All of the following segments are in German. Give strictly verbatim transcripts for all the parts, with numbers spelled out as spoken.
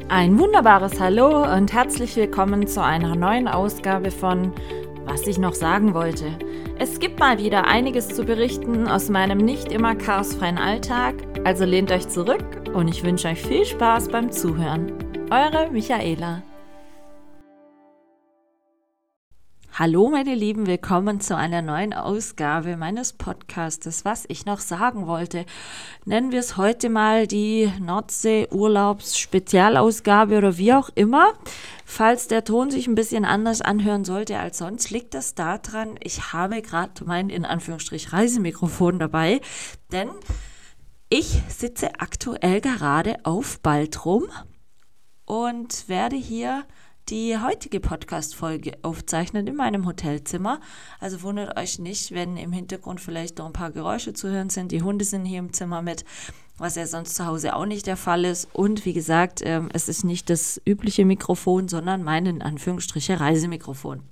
Ein wunderbares Hallo und herzlich willkommen zu einer neuen Ausgabe von Was ich noch sagen wollte. Es gibt mal wieder einiges zu berichten aus meinem nicht immer chaosfreien Alltag, also lehnt euch zurück und ich wünsche euch viel Spaß beim Zuhören. Eure Michaela. Hallo meine Lieben, willkommen zu einer neuen Ausgabe meines Podcastes, was ich noch sagen wollte. Nennen wir es heute mal die Nordsee-Urlaubs-Spezialausgabe oder wie auch immer. Falls der Ton sich ein bisschen anders anhören sollte als sonst, liegt das daran, ich habe gerade mein in Anführungsstrich Reisemikrofon dabei, denn ich sitze aktuell gerade auf Baltrum und werde hier die heutige Podcast-Folge aufzeichnen in meinem Hotelzimmer. Also wundert euch nicht, wenn im Hintergrund vielleicht noch ein paar Geräusche zu hören sind. Die Hunde sind hier im Zimmer mit, was ja sonst zu Hause auch nicht der Fall ist. Und wie gesagt, ähm, es ist nicht das übliche Mikrofon, sondern mein in Anführungsstriche Reisemikrofon.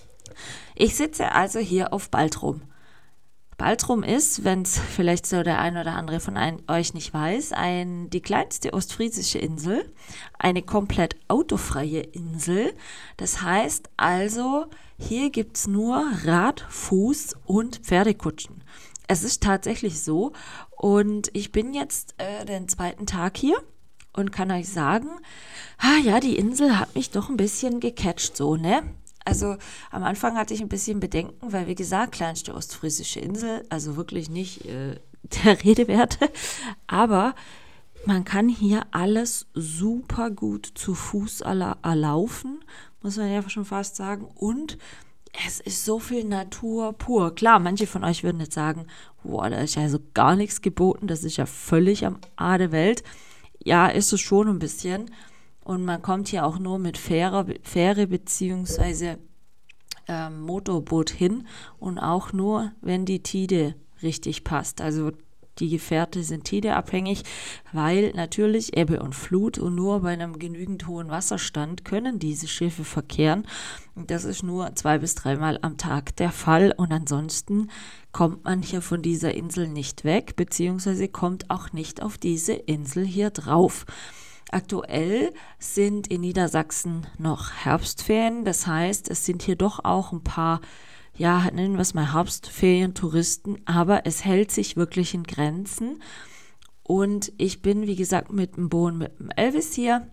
Ich sitze also hier auf Baltrum. Baltrum ist, wenn es vielleicht so der ein oder andere von ein, euch nicht weiß, ein, die kleinste ostfriesische Insel, eine komplett autofreie Insel. Das heißt also, hier gibt es nur Rad-, Fuß- und Pferdekutschen. Es ist tatsächlich so und ich bin jetzt äh, den zweiten Tag hier und kann euch sagen, ah ja, die Insel hat mich doch ein bisschen gecatcht so, ne? Also am Anfang hatte ich ein bisschen Bedenken, weil wie gesagt, kleinste ostfriesische Insel, also wirklich nicht äh, der Rede wert, aber man kann hier alles super gut zu Fuß erlaufen, muss man ja schon fast sagen, und es ist so viel Natur pur. Klar, manche von euch würden jetzt sagen, boah, da ist ja so gar nichts geboten, das ist ja völlig am A der Welt. Ja, ist es schon ein bisschen. Und man kommt hier auch nur mit Fähre, Fähre bzw. Ähm, Motorboot hin und auch nur, wenn die Tide richtig passt. Also die Gefährte sind tideabhängig, weil natürlich Ebbe und Flut und nur bei einem genügend hohen Wasserstand können diese Schiffe verkehren. Und das ist nur zwei bis dreimal am Tag der Fall und ansonsten kommt man hier von dieser Insel nicht weg, beziehungsweise kommt auch nicht auf diese Insel hier drauf. Aktuell sind in Niedersachsen noch Herbstferien, das heißt, es sind hier doch auch ein paar, ja, nennen wir es mal Herbstferien-Touristen, aber es hält sich wirklich in Grenzen und ich bin, wie gesagt, mit dem Bohn, mit dem Elvis hier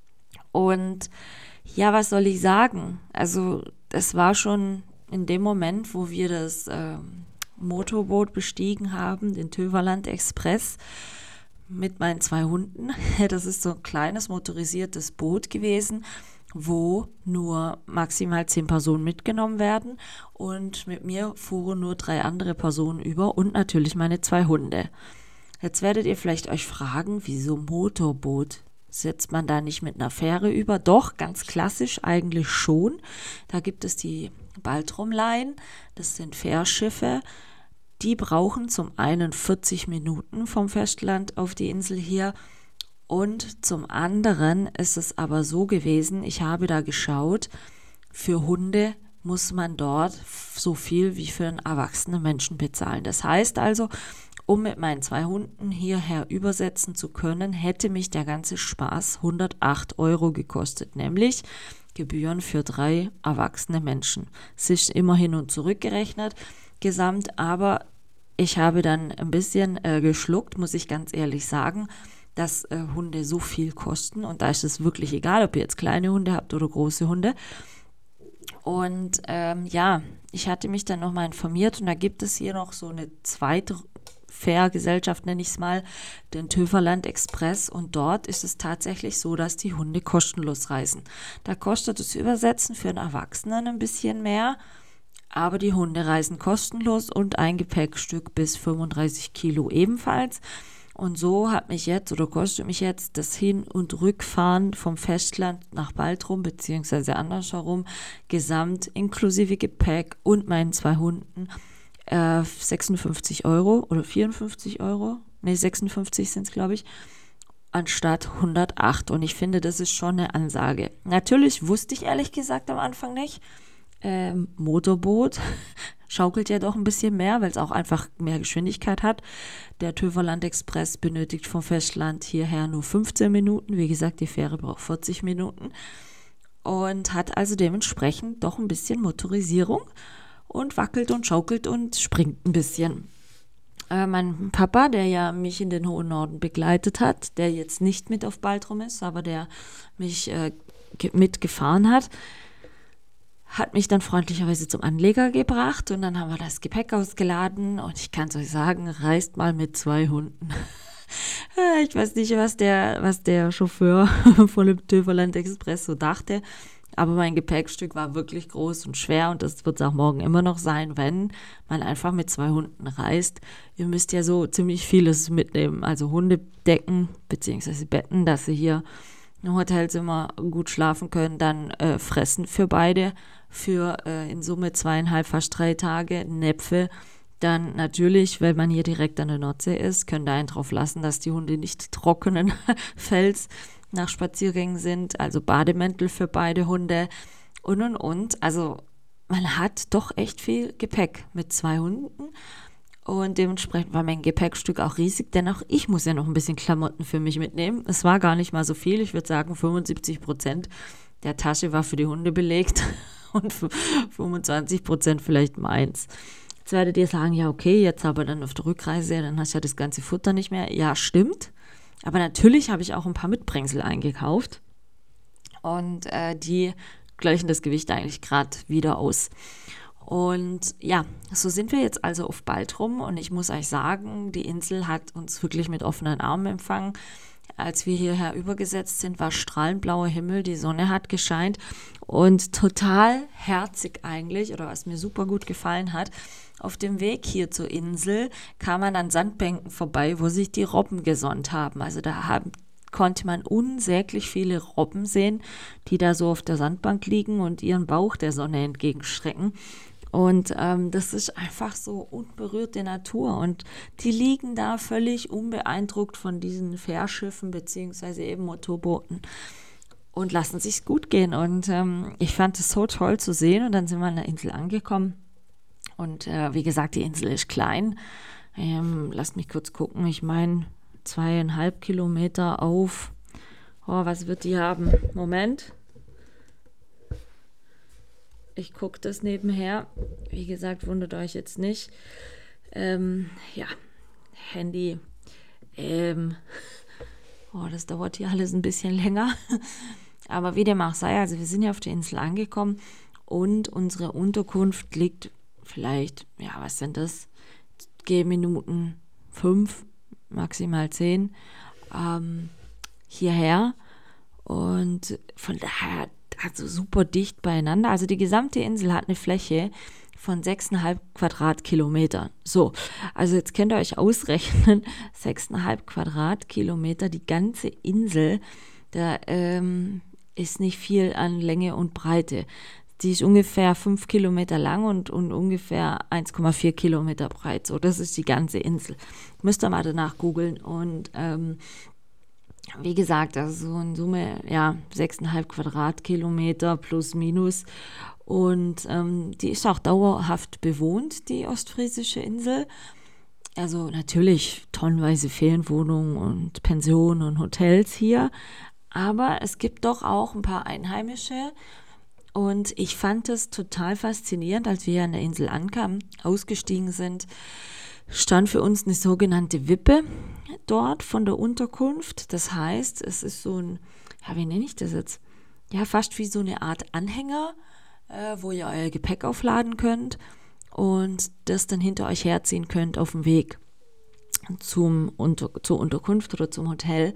und ja, was soll ich sagen? Also, das war schon in dem Moment, wo wir das äh, Motorboot bestiegen haben, den Töverland Express, mit meinen zwei Hunden. Das ist so ein kleines motorisiertes Boot gewesen, wo nur maximal zehn Personen mitgenommen werden und mit mir fuhren nur drei andere Personen über und natürlich meine zwei Hunde. Jetzt werdet ihr vielleicht euch fragen, wieso Motorboot? Setzt man da nicht mit einer Fähre über? Doch, ganz klassisch eigentlich schon. Da gibt es die Baltrum Line, das sind Fährschiffe. Die brauchen zum einen vierzig Minuten vom Festland auf die Insel hier und zum anderen ist es aber so gewesen, ich habe da geschaut, für Hunde muss man dort so viel wie für einen erwachsenen Menschen bezahlen. Das heißt also, um mit meinen zwei Hunden hierher übersetzen zu können, hätte mich der ganze Spaß hundertacht Euro gekostet, nämlich Gebühren für drei erwachsene Menschen. Es ist immer hin und zurück gerechnet, gesamt, aber ich habe dann ein bisschen äh, geschluckt, muss ich ganz ehrlich sagen, dass äh, Hunde so viel kosten und da ist es wirklich egal, ob ihr jetzt kleine Hunde habt oder große Hunde. Und ähm, ja, ich hatte mich dann nochmal informiert und da gibt es hier noch so eine zweite Fährgesellschaft, nenne ich es mal, den Töverland Express und dort ist es tatsächlich so, dass die Hunde kostenlos reisen. Da kostet das Übersetzen für einen Erwachsenen ein bisschen mehr, aber die Hunde reisen kostenlos und ein Gepäckstück bis fünfunddreißig Kilo ebenfalls. Und so hat mich jetzt oder kostet mich jetzt das Hin- und Rückfahren vom Festland nach Baltrum beziehungsweise andersherum gesamt inklusive Gepäck und meinen zwei Hunden äh, sechsundfünfzig Euro oder vierundfünfzig Euro, ne sechsundfünfzig sind es glaube ich, anstatt hundertacht. Und ich finde, das ist schon eine Ansage. Natürlich wusste ich ehrlich gesagt am Anfang nicht, ähm, Motorboot schaukelt ja doch ein bisschen mehr, weil es auch einfach mehr Geschwindigkeit hat. Der Töverland Express benötigt vom Festland hierher nur fünfzehn Minuten. Wie gesagt, die Fähre braucht vierzig Minuten. Und hat also dementsprechend doch ein bisschen Motorisierung und wackelt und schaukelt und springt ein bisschen. Äh, mein Papa, der ja mich in den hohen Norden begleitet hat, der jetzt nicht mit auf Baltrum ist, aber der mich äh, ge- mitgefahren hat, hat mich dann freundlicherweise zum Anleger gebracht und dann haben wir das Gepäck ausgeladen und ich kann es euch sagen, reist mal mit zwei Hunden. Ich weiß nicht, was der, was der Chauffeur von dem Töverland Express so dachte, aber mein Gepäckstück war wirklich groß und schwer und das wird es auch morgen immer noch sein, wenn man einfach mit zwei Hunden reist. Ihr müsst ja so ziemlich vieles mitnehmen, also Hundedecken bzw. Betten, dass sie hier im Hotelzimmer gut schlafen können, dann äh, Fressen für beide, für äh, in Summe zweieinhalb, fast drei Tage, Näpfe. Dann natürlich, wenn man hier direkt an der Nordsee ist, könnt ihr einen drauf lassen, dass die Hunde nicht trockenen Fels nach Spaziergängen sind. Also Bademäntel für beide Hunde und und und. Also man hat doch echt viel Gepäck mit zwei Hunden. Und dementsprechend war mein Gepäckstück auch riesig, denn auch ich muss ja noch ein bisschen Klamotten für mich mitnehmen. Es war gar nicht mal so viel, ich würde sagen fünfundsiebzig Prozent der Tasche war für die Hunde belegt und fünfundzwanzig Prozent vielleicht meins. Jetzt werdet ihr sagen, ja okay, jetzt aber dann auf der Rückreise, dann hast du ja das ganze Futter nicht mehr. Ja, stimmt. Aber natürlich habe ich auch ein paar Mitbringsel eingekauft und äh, die gleichen das Gewicht eigentlich gerade wieder aus. Und ja, so sind wir jetzt also auf Baltrum und ich muss euch sagen, die Insel hat uns wirklich mit offenen Armen empfangen. Als wir hierher übergesetzt sind, war strahlend blauer Himmel, die Sonne hat gescheint und total herzig eigentlich, oder was mir super gut gefallen hat, auf dem Weg hier zur Insel kam man an Sandbänken vorbei, wo sich die Robben gesonnt haben. Also da haben konnte man unsäglich viele Robben sehen, die da so auf der Sandbank liegen und ihren Bauch der Sonne entgegenstrecken. Und ähm, das ist einfach so unberührte Natur und die liegen da völlig unbeeindruckt von diesen Fährschiffen beziehungsweise eben Motorbooten und lassen sich's gut gehen. Und ähm, ich fand es so toll zu sehen und dann sind wir an der Insel angekommen. Und äh, wie gesagt, die Insel ist klein. Ähm, lasst mich kurz gucken. Ich meine zweieinhalb Kilometer auf. Oh, was wird die haben? Moment. Ich gucke das nebenher. Wie gesagt, wundert euch jetzt nicht. Ähm, ja, Handy. Ähm, oh, das dauert hier alles ein bisschen länger. Aber wie dem auch sei, also wir sind ja auf der Insel angekommen und unsere Unterkunft liegt vielleicht, ja, was sind das? Gehminuten fünf, maximal zehn ähm, hierher. Und von daher also super dicht beieinander. Also die gesamte Insel hat eine Fläche von sechseinhalb Quadratkilometern. So, also jetzt könnt ihr euch ausrechnen, sechseinhalb Quadratkilometer, die ganze Insel, da ähm, ist nicht viel an Länge und Breite. Die ist ungefähr fünf Kilometer lang und, und ungefähr eins Komma vier Kilometer breit. So, das ist die ganze Insel. Müsst ihr mal danach googeln. Und ähm, wie gesagt, also so in Summe, ja, sechseinhalb Quadratkilometer plus minus. Und ähm, die ist auch dauerhaft bewohnt, die ostfriesische Insel. Also natürlich tonnenweise Ferienwohnungen und Pensionen und Hotels hier. Aber es gibt doch auch ein paar Einheimische. Und ich fand es total faszinierend, als wir an der Insel ankamen, ausgestiegen sind, stand für uns eine sogenannte Wippe dort von der Unterkunft. Das heißt, es ist so ein, ja, wie nenne ich das jetzt? Ja, fast wie so eine Art Anhänger, äh, wo ihr euer Gepäck aufladen könnt und das dann hinter euch herziehen könnt auf dem Weg zum Unter- zur Unterkunft oder zum Hotel.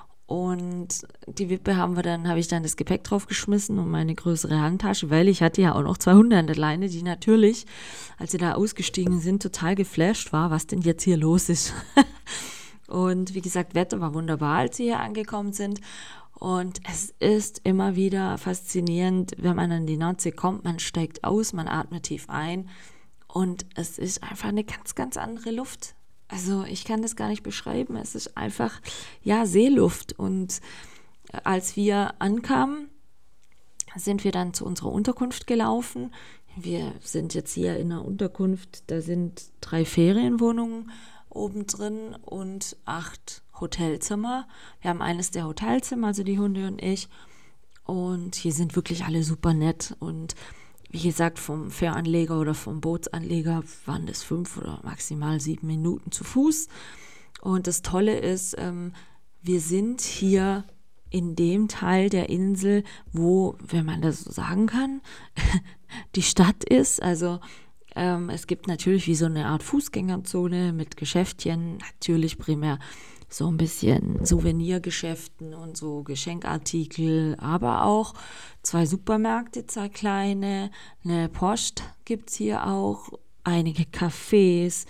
Und die Wippe haben wir dann, habe ich dann das Gepäck draufgeschmissen und meine größere Handtasche, weil ich hatte ja auch noch zwei Hunde an der Leine, die natürlich, als sie da ausgestiegen sind, total geflasht war, was denn jetzt hier los ist. Und wie gesagt, Wetter war wunderbar, als sie hier angekommen sind. Und es ist immer wieder faszinierend, wenn man an die Nordsee kommt, man steigt aus, man atmet tief ein und es ist einfach eine ganz, ganz andere Luft. Also ich kann das gar nicht beschreiben. Es ist einfach, ja, Seeluft. Und als wir ankamen, sind wir dann zu unserer Unterkunft gelaufen. Wir sind jetzt hier in einer Unterkunft, da sind drei Ferienwohnungen oben drin und acht Hotelzimmer. Wir haben eines der Hotelzimmer, also die Hunde und ich. Und hier sind wirklich alle super nett. Und wie gesagt, vom Fähranleger oder vom Bootsanleger waren das fünf oder maximal sieben Minuten zu Fuß. Und das Tolle ist, ähm, wir sind hier in dem Teil der Insel, wo, wenn man das so sagen kann, die Stadt ist. Also ähm, es gibt natürlich wie so eine Art Fußgängerzone mit Geschäftchen, natürlich primär so ein bisschen Souvenirgeschäften und so Geschenkartikel, aber auch zwei Supermärkte, zwei kleine, eine Post gibt es hier auch, einige Cafés,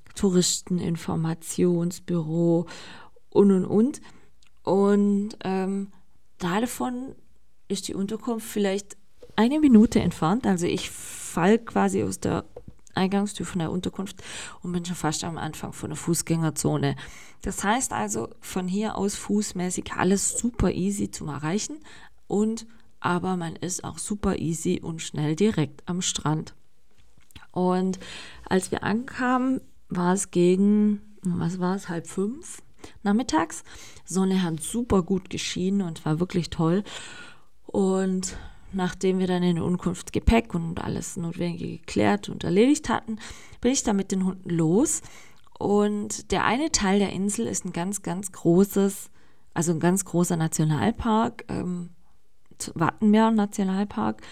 Touristeninformationsbüro und und und. Und ähm, davon ist die Unterkunft vielleicht eine Minute entfernt. Also ich falle quasi aus der Eingangstür von der Unterkunft und bin schon fast am Anfang von der Fußgängerzone. Das heißt also, von hier aus fußmäßig alles super easy zum Erreichen, und aber man ist auch super easy und schnell direkt am Strand. Und als wir ankamen, war es gegen, was war es, halb fünf nachmittags. Sonne hat super gut geschienen und war wirklich toll. Und nachdem wir dann in der Unterkunft Gepäck und alles Notwendige geklärt und erledigt hatten, bin ich dann mit den Hunden los. Und der eine Teil der Insel ist ein ganz, ganz großes, also ein ganz großer Nationalpark, ähm, Wattenmeer-Nationalpark.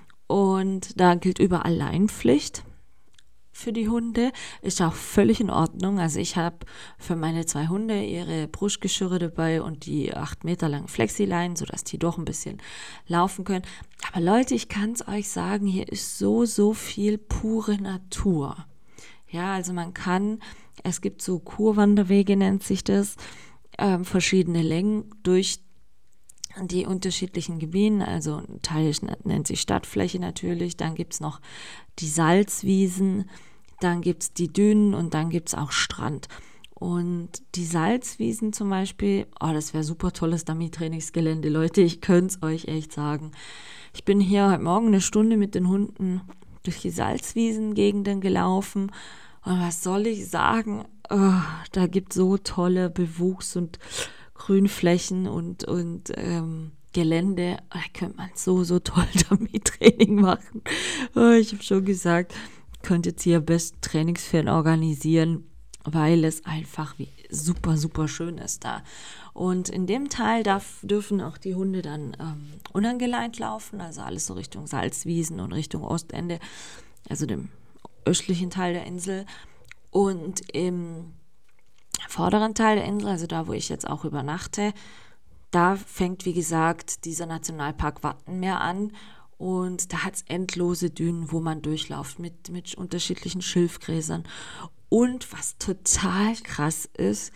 Und da gilt überall Leinenpflicht für die Hunde. Ist auch völlig in Ordnung. Also ich habe für meine zwei Hunde ihre Brustgeschirre dabei und die acht Meter langen Flexileinen, sodass die doch ein bisschen laufen können. Aber Leute, ich kann es euch sagen, hier ist so, so viel pure Natur. Ja, also man kann, es gibt so Kurwanderwege, nennt sich das, äh, verschiedene Längen durch die unterschiedlichen Gebieten, also ein Teil nennt sich Stadtfläche natürlich, dann gibt es noch die Salzwiesen, dann gibt es die Dünen und dann gibt es auch Strand. Und die Salzwiesen zum Beispiel, oh, das wäre super tolles Dummy-Trainingsgelände, Leute, ich könnte es euch echt sagen. Ich bin hier heute Morgen eine Stunde mit den Hunden durch die Salzwiesengegenden gelaufen und was soll ich sagen, oh, da gibt es so tolle Bewuchs- und Grünflächen und, und ähm, Gelände, da könnte man so, so toll damit Training machen. Oh, ich habe schon gesagt, ich könnte jetzt hier best Trainingsferien organisieren, weil es einfach wie super, super schön ist da. Und in dem Teil darf, dürfen auch die Hunde dann ähm, unangeleint laufen, also alles so Richtung Salzwiesen und Richtung Ostende, also dem östlichen Teil der Insel. Und im vorderen Teil der Insel, also da, wo ich jetzt auch übernachte, da fängt, wie gesagt, dieser Nationalpark Wattenmeer an und da hat es endlose Dünen, wo man durchläuft mit, mit unterschiedlichen Schilfgräsern. Und was total krass ist,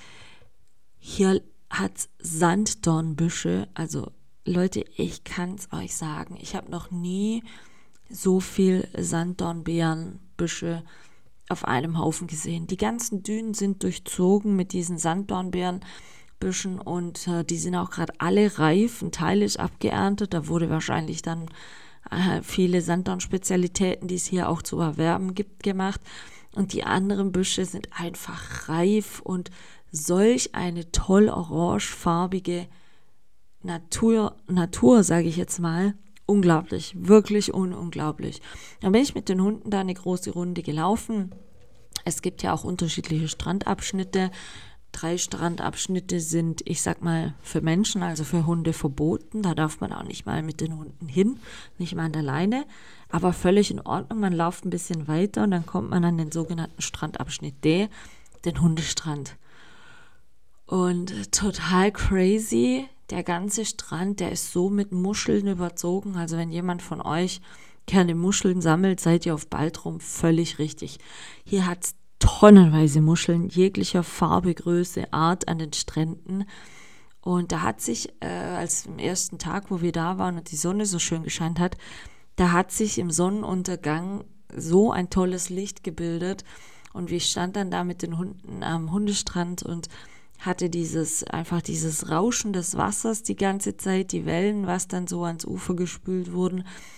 hier hat es Sanddornbüsche, also Leute, ich kann es euch sagen, ich habe noch nie so viel Sanddornbeerenbüsche auf einem Haufen gesehen. Die ganzen Dünen sind durchzogen mit diesen Sanddornbeerenbüschen und äh, die sind auch gerade alle reif. Ein Teil ist abgeerntet. Da wurde wahrscheinlich dann äh, viele Sanddorn-Spezialitäten, die es hier auch zu erwerben gibt, gemacht. Und die anderen Büsche sind einfach reif und solch eine toll orangefarbige Natur, Natur, sage ich jetzt mal. Unglaublich, wirklich un- unglaublich. Dann bin ich mit den Hunden da eine große Runde gelaufen. Es gibt ja auch unterschiedliche Strandabschnitte. Drei Strandabschnitte sind, ich sag mal, für Menschen, also für Hunde verboten. Da darf man auch nicht mal mit den Hunden hin, nicht mal an der Leine. Aber völlig in Ordnung, man läuft ein bisschen weiter und dann kommt man an den sogenannten Strandabschnitt D, den Hundestrand. Und total crazy, der ganze Strand, der ist so mit Muscheln überzogen. Also wenn jemand von euch gerne Muscheln sammelt, seid ihr auf Baltrum völlig richtig. Hier hat es tonnenweise Muscheln jeglicher Farbe, Größe, Art an den Stränden. Und da hat sich, äh, als am ersten Tag, wo wir da waren und die Sonne so schön gescheint hat, da hat sich im Sonnenuntergang so ein tolles Licht gebildet. Und wir standen dann da mit den Hunden am Hundestrand und hatte dieses, einfach dieses Rauschen des Wassers die ganze Zeit, die Wellen, was dann so ans Ufer gespült wurden.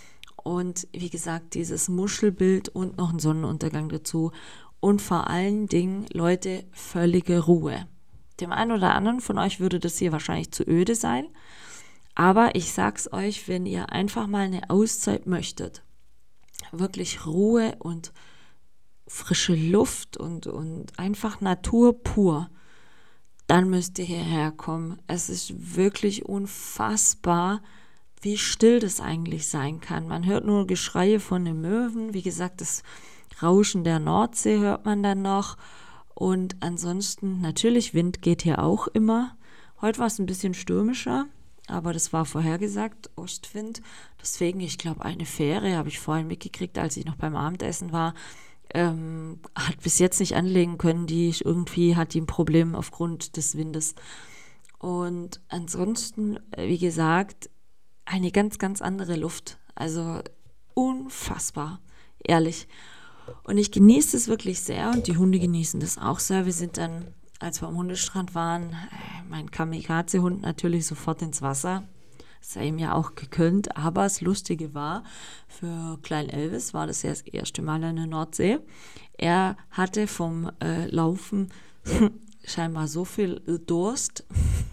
Und wie gesagt, dieses Muschelbild und noch ein Sonnenuntergang dazu. Und vor allen Dingen, Leute, völlige Ruhe. Dem einen oder anderen von euch würde das hier wahrscheinlich zu öde sein. Aber ich sag's euch, wenn ihr einfach mal eine Auszeit möchtet, wirklich Ruhe und frische Luft und, und einfach Natur pur, dann müsst ihr hierher kommen. Es ist wirklich unfassbar, wie still das eigentlich sein kann. Man hört nur Geschreie von den Möwen. Wie gesagt, das Rauschen der Nordsee hört man dann noch. Und ansonsten, natürlich, Wind geht hier auch immer. Heute war es ein bisschen stürmischer, aber das war vorhergesagt, Ostwind. Deswegen, ich glaube, eine Fähre habe ich vorhin mitgekriegt, als ich noch beim Abendessen war, ähm, hat bis jetzt nicht anlegen können. Die irgendwie hat die ein Problem aufgrund des Windes. Und ansonsten, wie gesagt, eine ganz, ganz andere Luft. Also unfassbar, ehrlich. Und ich genieße es wirklich sehr und die Hunde genießen das auch sehr. Wir sind dann, als wir am Hundestrand waren, mein Kamikaze-Hund natürlich sofort ins Wasser. Das sei ihm ja auch gegönnt. Aber das Lustige war, für Klein Elvis war das ja das erste Mal in der Nordsee. Er hatte vom äh, Laufen scheinbar so viel Durst,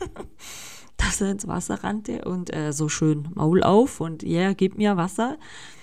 dass er ins Wasser rannte und äh, so schön Maul auf und ja, yeah, gib mir Wasser.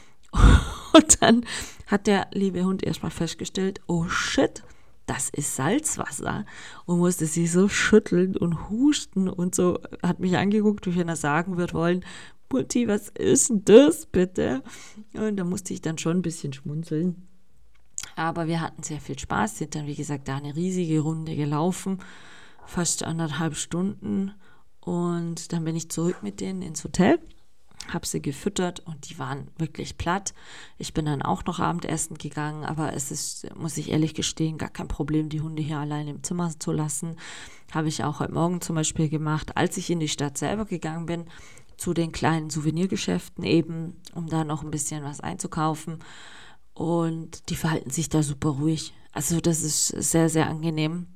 Und dann hat der liebe Hund erstmal festgestellt, oh shit, das ist Salzwasser und musste sich so schütteln und husten und so, hat mich angeguckt, wie wenn er sagen wird wollen, Mutti, was ist denn das bitte? Und da musste ich dann schon ein bisschen schmunzeln. Aber wir hatten sehr viel Spaß, sind dann wie gesagt da eine riesige Runde gelaufen, fast anderthalb Stunden. Und dann bin ich zurück mit denen ins Hotel, habe sie gefüttert und die waren wirklich platt. Ich bin dann auch noch Abendessen gegangen, aber es ist, muss ich ehrlich gestehen, gar kein Problem, die Hunde hier allein im Zimmer zu lassen. Habe ich auch heute Morgen zum Beispiel gemacht, als ich in die Stadt selber gegangen bin, zu den kleinen Souvenirgeschäften eben, um da noch ein bisschen was einzukaufen. Und die verhalten sich da super ruhig. Also das ist sehr, sehr angenehm.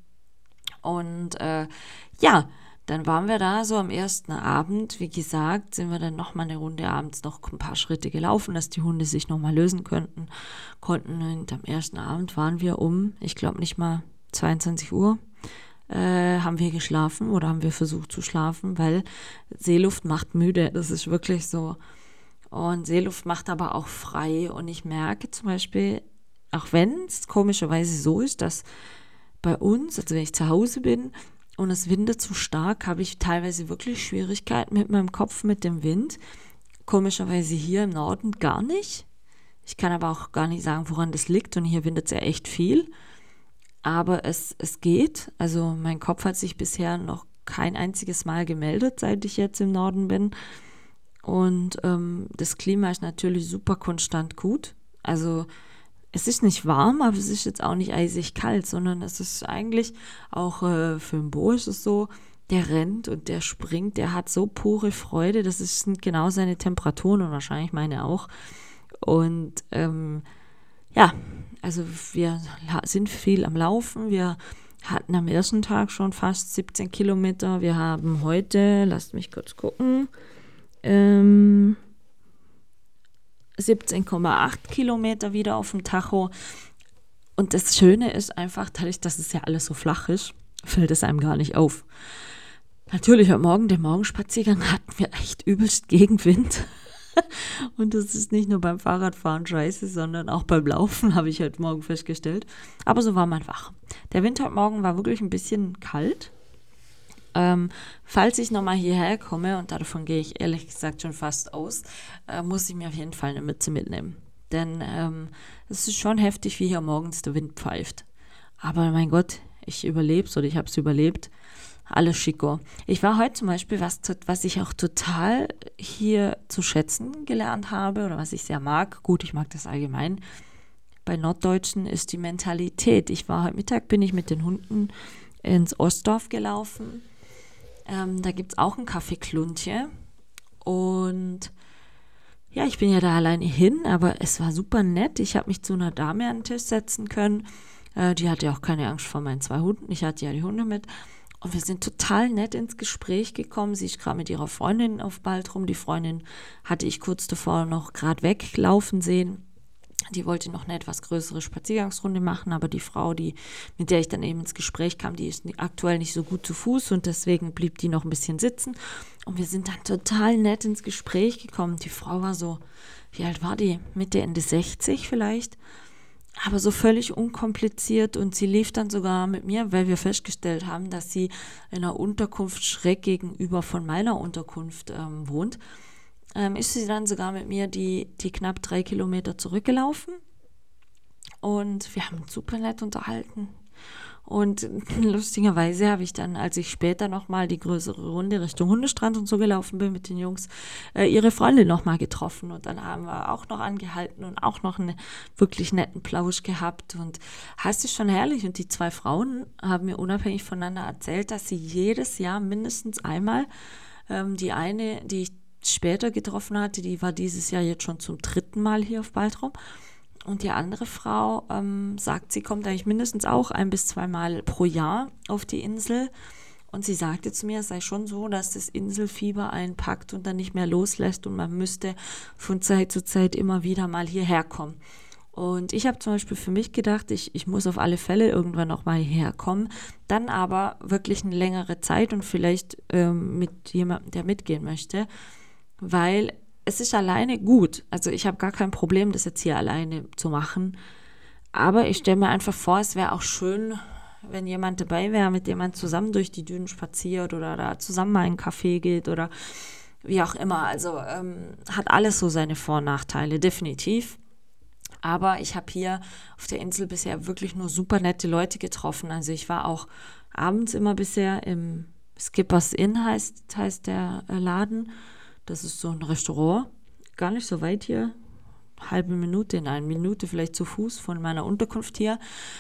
Und äh, ja, dann waren wir da so am ersten Abend, wie gesagt, sind wir dann nochmal eine Runde abends noch ein paar Schritte gelaufen, dass die Hunde sich nochmal lösen könnten, konnten. Und am ersten Abend waren wir um, ich glaube nicht mal zweiundzwanzig Uhr, äh, haben wir geschlafen oder haben wir versucht zu schlafen, weil Seeluft macht müde, das ist wirklich so. Und Seeluft macht aber auch frei und ich merke zum Beispiel, auch wenn es komischerweise so ist, dass bei uns, also wenn ich zu Hause bin, und es windet zu stark, habe ich teilweise wirklich Schwierigkeiten mit meinem Kopf, mit dem Wind. Komischerweise hier im Norden gar nicht. Ich kann aber auch gar nicht sagen, woran das liegt. Und hier windet es ja echt viel. Aber es, es geht. Also mein Kopf hat sich bisher noch kein einziges Mal gemeldet, seit ich jetzt im Norden bin. Und ähm, das Klima ist natürlich super konstant gut. Also es ist nicht warm, aber es ist jetzt auch nicht eisig kalt, sondern es ist eigentlich auch äh, für den Bo ist es so, der rennt und der springt, der hat so pure Freude, das ist, sind genau seine Temperaturen und wahrscheinlich meine auch. Und ähm, ja, also wir sind viel am Laufen, wir hatten am ersten Tag schon fast siebzehn Kilometer, wir haben heute, lasst mich kurz gucken, ähm, siebzehn Komma acht Kilometer wieder auf dem Tacho. Und das Schöne ist einfach, dadurch, dass es ja alles so flach ist, fällt es einem gar nicht auf. Natürlich am Morgen, den Morgenspaziergang, hatten wir echt übelst Gegenwind. Und das ist nicht nur beim Fahrradfahren scheiße, sondern auch beim Laufen, habe ich heute Morgen festgestellt. Aber so war man wach. Der Wind heute Morgen war wirklich ein bisschen kalt. Ähm, falls ich nochmal hierher komme, und davon gehe ich ehrlich gesagt schon fast aus, äh, muss ich mir auf jeden Fall eine Mütze mitnehmen. Denn ähm, es ist schon heftig, wie hier morgens der Wind pfeift. Aber mein Gott, ich überlebe es oder ich habe es überlebt. Alles schicko. Ich war heute zum Beispiel, was, was ich auch total hier zu schätzen gelernt habe oder was ich sehr mag, gut, ich mag das allgemein, bei Norddeutschen ist die Mentalität. Ich war heute Mittag, bin ich mit den Hunden ins Ostdorf gelaufen. Ähm, da gibt es auch ein Café Kluntje und ja, ich bin ja da alleine hin, aber es war super nett. Ich habe mich zu einer Dame an den Tisch setzen können. Äh, die hatte auch keine Angst vor meinen zwei Hunden. Ich hatte ja die Hunde mit Und wir sind total nett ins Gespräch gekommen. Sie ist gerade mit ihrer Freundin auf Baltrum. Die Freundin hatte ich kurz davor noch gerade weglaufen sehen. Die wollte noch eine etwas größere Spaziergangsrunde machen, aber die Frau, die, mit der ich dann eben ins Gespräch kam, die ist aktuell nicht so gut zu Fuß und deswegen blieb die noch ein bisschen sitzen. Und wir sind dann total nett ins Gespräch gekommen. Die Frau war so, wie alt war die? Mitte, Ende sechzig vielleicht, aber so völlig unkompliziert, und sie lief dann sogar mit mir, weil wir festgestellt haben, dass sie in einer Unterkunft schräg gegenüber von meiner Unterkunft ähm, wohnt. Ähm, ist sie dann sogar mit mir die, die knapp drei Kilometer zurückgelaufen und wir haben uns super nett unterhalten. Und lustigerweise habe ich dann, als ich später nochmal die größere Runde Richtung Hundestrand und so gelaufen bin mit den Jungs, äh, ihre Freundin nochmal getroffen. Und dann haben wir auch noch angehalten und auch noch einen wirklich netten Plausch gehabt. Und heißt es schon herrlich. Und die zwei Frauen haben mir unabhängig voneinander erzählt, dass sie jedes Jahr mindestens einmal, ähm, die eine, die ich später getroffen hatte, die war dieses Jahr jetzt schon zum dritten Mal hier auf Baltrum. Und die andere Frau ähm, sagt, sie kommt eigentlich mindestens auch ein bis zweimal pro Jahr auf die Insel. Und sie sagte zu mir, es sei schon so, dass das Inselfieber einen packt und dann nicht mehr loslässt und man müsste von Zeit zu Zeit immer wieder mal hierher kommen. Und ich habe zum Beispiel für mich gedacht, ich, ich muss auf alle Fälle irgendwann noch mal hierher kommen, dann aber wirklich eine längere Zeit und vielleicht ähm, mit jemandem, der mitgehen möchte, weil es ist alleine gut. Also ich habe gar kein Problem, das jetzt hier alleine zu machen. Aber ich stelle mir einfach vor, es wäre auch schön, wenn jemand dabei wäre, mit dem man zusammen durch die Dünen spaziert oder da zusammen mal in einen Café geht oder wie auch immer. Also ähm, hat alles so seine Vor- und Nachteile, definitiv. Aber ich habe hier auf der Insel bisher wirklich nur super nette Leute getroffen. Also ich war auch abends immer bisher im Skippers Inn, heißt, heißt der Laden. Das ist so ein Restaurant, gar nicht so weit hier, halbe Minute, in eine Minute vielleicht zu Fuß von meiner Unterkunft hier.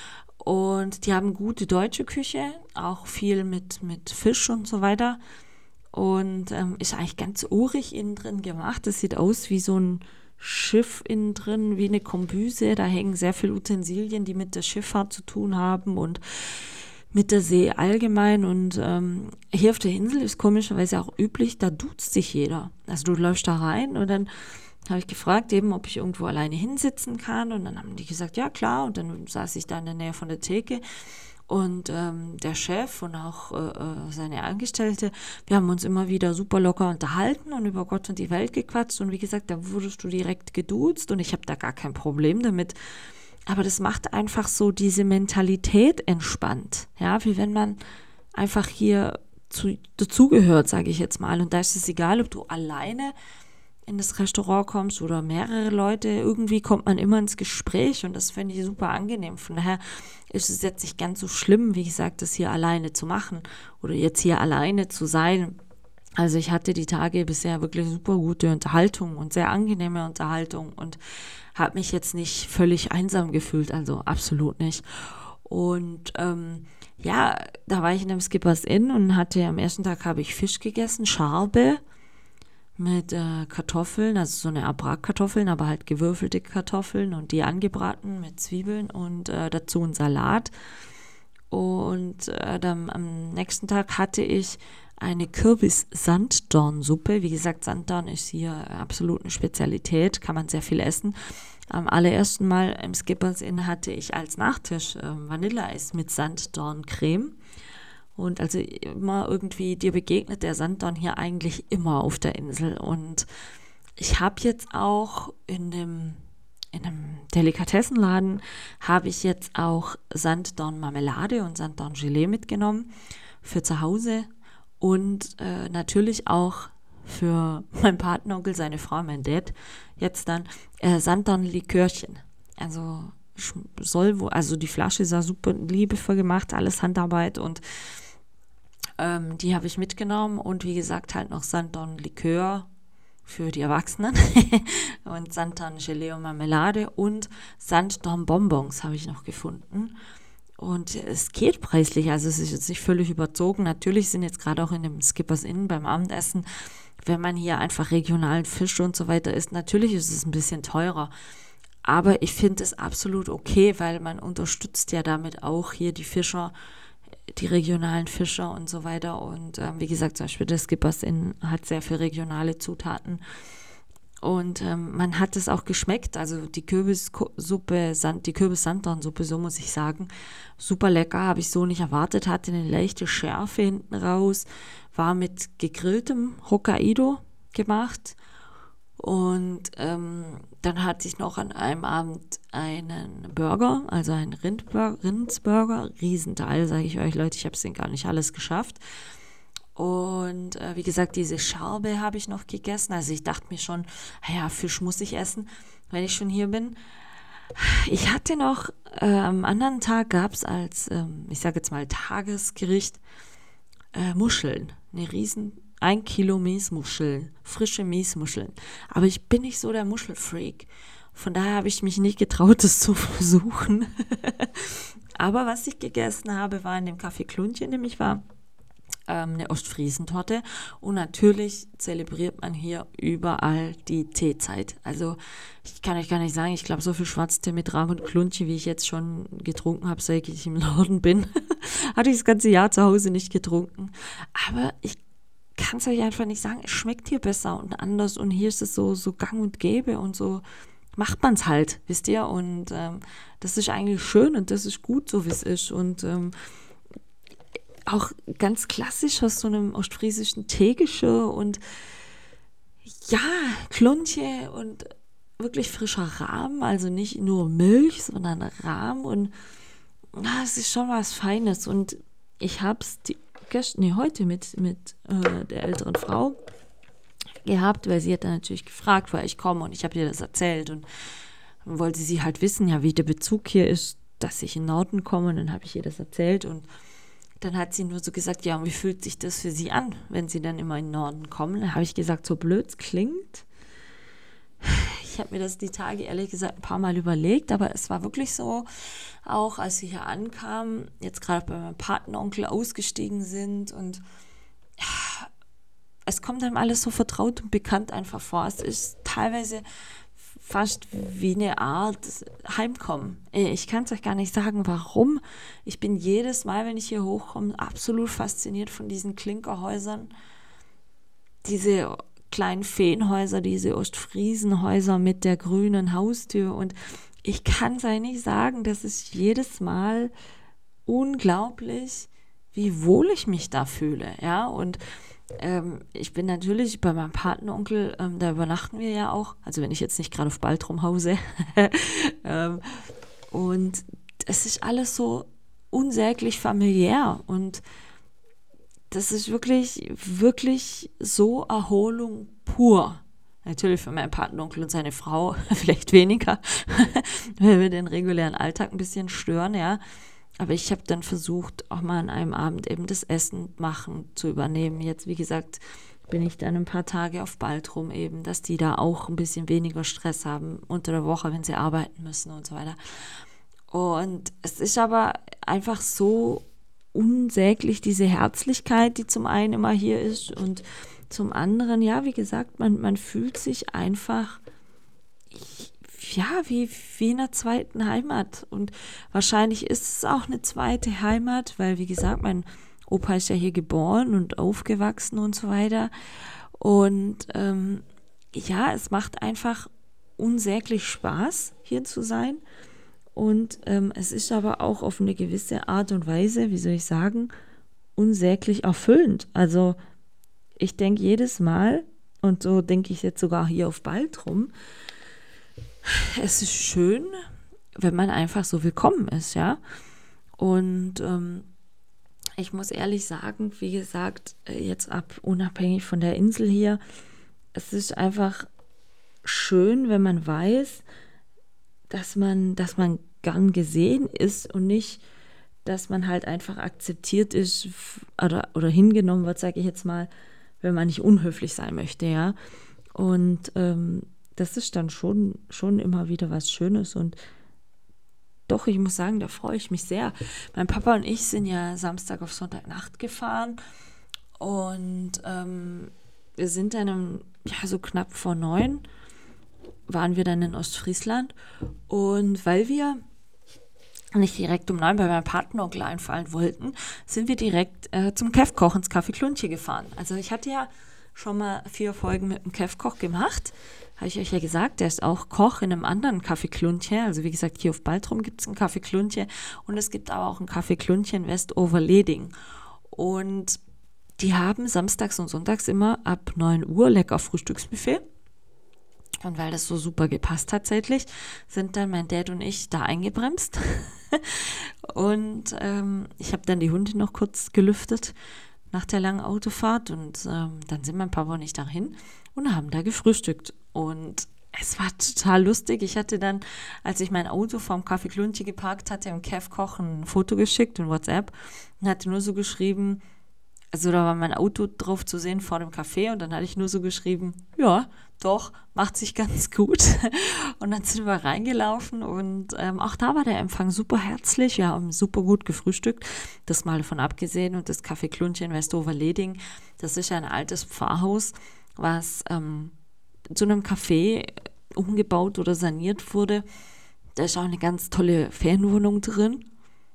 Und die haben gute deutsche Küche, auch viel mit, mit Fisch und so weiter. Und ähm, ist eigentlich ganz urig innen drin gemacht. Das sieht aus wie so ein Schiff innen drin, wie eine Kombüse. Da hängen sehr viele Utensilien, die mit der Schifffahrt zu tun haben und mit der See allgemein. Und ähm, hier auf der Insel ist komischerweise auch üblich, da duzt sich jeder. Also du läufst da rein und dann habe ich gefragt eben, ob ich irgendwo alleine hinsitzen kann, und dann haben die gesagt, ja klar, und dann saß ich da in der Nähe von der Theke und ähm, der Chef und auch äh, seine Angestellte, wir haben uns immer wieder super locker unterhalten und über Gott und die Welt gequatscht, und wie gesagt, da wurdest du direkt geduzt und ich habe da gar kein Problem damit. Aber das macht einfach so diese Mentalität entspannt, ja, wie wenn man einfach hier zu, dazugehört, sage ich jetzt mal. Und da ist es egal, ob du alleine in das Restaurant kommst oder mehrere Leute, irgendwie kommt man immer ins Gespräch und das finde ich super angenehm. Von daher ist es jetzt nicht ganz so schlimm, wie gesagt, das hier alleine zu machen oder jetzt hier alleine zu sein. Also ich hatte die Tage bisher wirklich super gute Unterhaltung und sehr angenehme Unterhaltung und habe mich jetzt nicht völlig einsam gefühlt, also absolut nicht. Und ähm, ja, da war ich in einem Skippers Inn und hatte am ersten Tag habe ich Fisch gegessen, Scharbe mit äh, Kartoffeln, also so eine Art Bratkartoffeln, aber halt gewürfelte Kartoffeln und die angebraten mit Zwiebeln und äh, dazu ein Salat. Und äh, dann am nächsten Tag hatte ich eine Kürbis-Sanddornsuppe. Wie gesagt, Sanddorn ist hier absolut eine Spezialität, kann man sehr viel essen. Am allerersten Mal im Skippers Inn hatte ich als Nachtisch äh, Vanilleeis mit Sanddorncreme. Und also immer irgendwie, dir begegnet der Sanddorn hier eigentlich immer auf der Insel. Und ich habe jetzt auch in dem in einem Delikatessenladen habe ich jetzt auch Sanddornmarmelade und Sanddorngelee mitgenommen für zu Hause. Und äh, natürlich auch für meinen Patenonkel, seine Frau, mein Dad, jetzt dann äh, Sanddornlikörchen. Also soll wo, also die Flasche sah super liebevoll gemacht, alles Handarbeit, und ähm, die habe ich mitgenommen und wie gesagt halt noch Sanddornlikör für die Erwachsenen und Sanddorngelee und Marmelade und Sanddornbonbons habe ich noch gefunden. Und es geht preislich, also es ist jetzt nicht völlig überzogen. Natürlich sind jetzt gerade auch in dem Skippers Inn beim Abendessen, wenn man hier einfach regionalen Fisch und so weiter isst, natürlich ist es ein bisschen teurer. Aber ich finde es absolut okay, weil man unterstützt ja damit auch hier die Fischer die regionalen Fischer und so weiter. Und ähm, wie gesagt, zum Beispiel der Skippers Inn hat sehr viele regionale Zutaten. Und ähm, man hat es auch geschmeckt, also die Kürbissuppe, Sand, die Kürbis-Sanddornsuppe, so muss ich sagen, super lecker, habe ich so nicht erwartet, hatte eine leichte Schärfe hinten raus, war mit gegrilltem Hokkaido gemacht und ähm, dann hatte ich noch an einem Abend einen Burger, also einen Rindburger, Rindsburger, Riesenteil, sage ich euch Leute, ich habe es denn gar nicht alles geschafft. Und äh, wie gesagt, diese Scharbe habe ich noch gegessen. Also ich dachte mir schon, ja, Fisch muss ich essen, wenn ich schon hier bin. Ich hatte noch, äh, am anderen Tag gab es als, ähm, ich sage jetzt mal Tagesgericht, äh, Muscheln. Eine riesen, ein Kilo Miesmuscheln, frische Miesmuscheln. Aber ich bin nicht so der Muschelfreak. Von daher habe ich mich nicht getraut, das zu versuchen. Aber was ich gegessen habe, war in dem Café Kluntje, in dem ich war, eine Ostfriesentorte und natürlich zelebriert man hier überall die Teezeit. Also ich kann euch gar nicht sagen, ich glaube so viel Schwarztee mit Rahm und Kluntje, wie ich jetzt schon getrunken habe, seit ich im Norden bin, hatte ich das ganze Jahr zu Hause nicht getrunken. Aber ich kann es euch einfach nicht sagen, es schmeckt hier besser und anders und hier ist es so, so gang und gäbe und so macht man es halt, wisst ihr? Und ähm, das ist eigentlich schön und das ist gut, so wie es ist und ähm, auch ganz klassisch aus so einem ostfriesischen Teegeschirr und ja, Kluntje und wirklich frischer Rahm, also nicht nur Milch, sondern Rahm und na, es ist schon was Feines und ich habe es nee, heute mit, mit äh, der älteren Frau gehabt, weil sie hat dann natürlich gefragt, woher ich komme und ich habe ihr das erzählt und dann wollte sie halt wissen, ja, wie der Bezug hier ist, dass ich in den Norden komme und dann habe ich ihr das erzählt und dann hat sie nur so gesagt, ja, und wie fühlt sich das für sie an, wenn sie dann immer in den Norden kommen? Dann habe ich gesagt, so blöd es klingt. Ich habe mir das die Tage ehrlich gesagt ein paar Mal überlegt, aber es war wirklich so, auch als sie hier ankamen, jetzt gerade bei meinem Patenonkel ausgestiegen sind und ja, es kommt einem alles so vertraut und bekannt einfach vor. Es ist teilweise fast wie eine Art Heimkommen. Ich kann es euch gar nicht sagen, warum. Ich bin jedes Mal, wenn ich hier hochkomme, absolut fasziniert von diesen Klinkerhäusern. Diese kleinen Feenhäuser, diese Ostfriesenhäuser mit der grünen Haustür. Und ich kann es euch nicht sagen, das ist jedes Mal unglaublich, wie wohl ich mich da fühle. Ja, und Ähm, ich bin natürlich bei meinem Patenonkel, ähm, da übernachten wir ja auch, also wenn ich jetzt nicht gerade auf Baltrum hause. ähm, und es ist alles so unsäglich familiär und das ist wirklich, wirklich so Erholung pur. Natürlich für meinen Patenonkel und seine Frau vielleicht weniger, weil wir den regulären Alltag ein bisschen stören, ja. Aber ich habe dann versucht, auch mal an einem Abend eben das Essen machen zu übernehmen. Jetzt, wie gesagt, bin ich dann ein paar Tage auf Baltrum eben, dass die da auch ein bisschen weniger Stress haben unter der Woche, wenn sie arbeiten müssen und so weiter. Und es ist aber einfach so unsäglich, diese Herzlichkeit, die zum einen immer hier ist und zum anderen, ja, wie gesagt, man, man fühlt sich einfach ja, wie, wie in einer zweiten Heimat. Und wahrscheinlich ist es auch eine zweite Heimat, weil, wie gesagt, mein Opa ist ja hier geboren und aufgewachsen und so weiter. Und ähm, ja, es macht einfach unsäglich Spaß, hier zu sein. Und ähm, es ist aber auch auf eine gewisse Art und Weise, wie soll ich sagen, unsäglich erfüllend. Also ich denke jedes Mal, und so denke ich jetzt sogar hier auf Baltrum, es ist schön, wenn man einfach so willkommen ist, ja. Und ähm, ich muss ehrlich sagen, wie gesagt, jetzt ab unabhängig von der Insel hier, es ist einfach schön, wenn man weiß, dass man, dass man gern gesehen ist und nicht, dass man halt einfach akzeptiert ist oder, oder hingenommen wird, sage ich jetzt mal, wenn man nicht unhöflich sein möchte, ja. Und ähm, das ist dann schon, schon immer wieder was Schönes und doch, ich muss sagen, da freue ich mich sehr. Mein Papa und ich sind ja Samstag auf Sonntagnacht gefahren und ähm, wir sind dann um, ja, so knapp vor neun waren wir dann in Ostfriesland und weil wir nicht direkt um neun bei meinem Patenonkel einfallen wollten, sind wir direkt äh, zum Chefkoch ins Café Kluntje gefahren. Also ich hatte ja schon mal vier Folgen mit dem Chefkoch gemacht. Habe ich euch ja gesagt, der ist auch Koch in einem anderen Café Kluntje. Also wie gesagt, hier auf Baltrum gibt es ein Café Kluntje und es gibt aber auch ein Café Kluntje in Westoverleding. Und die haben samstags und sonntags immer ab neun Uhr lecker Frühstücksbuffet. Und weil das so super gepasst hat zeitlich, sind dann mein Dad und ich da eingebremst. und ähm, ich habe dann die Hunde noch kurz gelüftet nach der langen Autofahrt. Und ähm, dann sind mein Papa und ich dahin und haben da gefrühstückt. Und es war total lustig. Ich hatte dann, als ich mein Auto vorm Café Kluntje geparkt hatte, im Chefkoch ein Foto geschickt in WhatsApp und hatte nur so geschrieben, also da war mein Auto drauf zu sehen vor dem Café und dann hatte ich nur so geschrieben, ja, doch, macht sich ganz gut. Und dann sind wir reingelaufen und ähm, auch da war der Empfang super herzlich, wir haben super gut gefrühstückt, das mal davon abgesehen. Und das Café Kluntje in Westoverleding, das ist ja ein altes Pfarrhaus, was ähm, zu einem Café umgebaut oder saniert wurde. Da ist auch eine ganz tolle Ferienwohnung drin.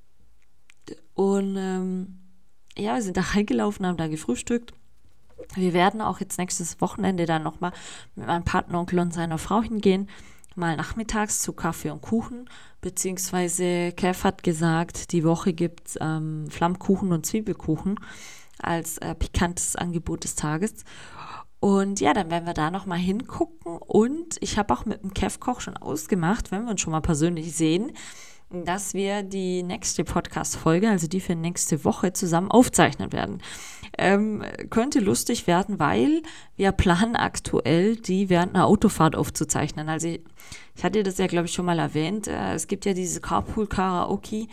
Und ähm, ja, wir sind da reingelaufen, haben da gefrühstückt. Wir werden auch jetzt nächstes Wochenende dann nochmal mit meinem Patenonkel und seiner Frau hingehen, mal nachmittags zu Kaffee und Kuchen, beziehungsweise Kev hat gesagt, die Woche gibt es ähm, Flammkuchen und Zwiebelkuchen als äh, pikantes Angebot des Tages. Und ja, dann werden wir da nochmal hingucken und ich habe auch mit dem Kev-Koch schon ausgemacht, wenn wir uns schon mal persönlich sehen, dass wir die nächste Podcast-Folge, also die für nächste Woche, zusammen aufzeichnen werden. Ähm, könnte lustig werden, weil wir planen aktuell, die während einer Autofahrt aufzuzeichnen. Also ich, ich hatte das ja, glaube ich, schon mal erwähnt. Äh, es gibt ja diese Carpool-Karaoke.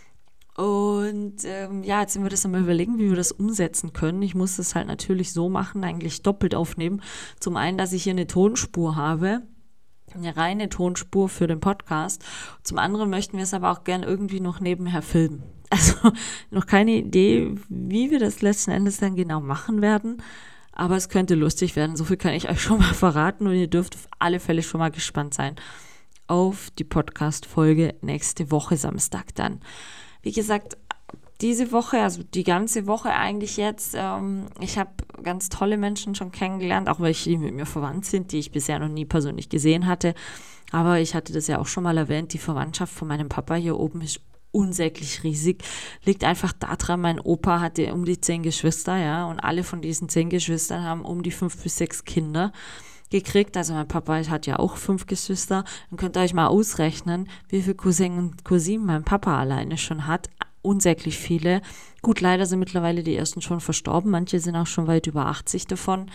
Und ähm, ja, jetzt sind wir das einmal überlegen, wie wir das umsetzen können. Ich muss das halt natürlich so machen, eigentlich doppelt aufnehmen. Zum einen, dass ich hier eine Tonspur habe, eine reine Tonspur für den Podcast. Zum anderen möchten wir es aber auch gern irgendwie noch nebenher filmen. Also noch keine Idee, wie wir das letzten Endes dann genau machen werden. Aber es könnte lustig werden. So viel kann ich euch schon mal verraten und ihr dürft auf alle Fälle schon mal gespannt sein auf die Podcast-Folge nächste Woche Samstag dann. Wie gesagt, diese Woche, also die ganze Woche eigentlich jetzt, ähm, ich habe ganz tolle Menschen schon kennengelernt, auch welche, die mit mir verwandt sind, die ich bisher noch nie persönlich gesehen hatte. Aber ich hatte das ja auch schon mal erwähnt, die Verwandtschaft von meinem Papa hier oben ist unsäglich riesig. Liegt einfach daran, mein Opa hatte um die zehn Geschwister, ja, und alle von diesen zehn Geschwistern haben um die fünf bis sechs Kinder gekriegt. Also mein Papa hat ja auch fünf Geschwister. Dann könnt ihr euch mal ausrechnen, wie viele Cousinen und Cousinen mein Papa alleine schon hat. Unsäglich viele. Gut, leider sind mittlerweile die ersten schon verstorben. Manche sind auch schon weit über achtzig davon.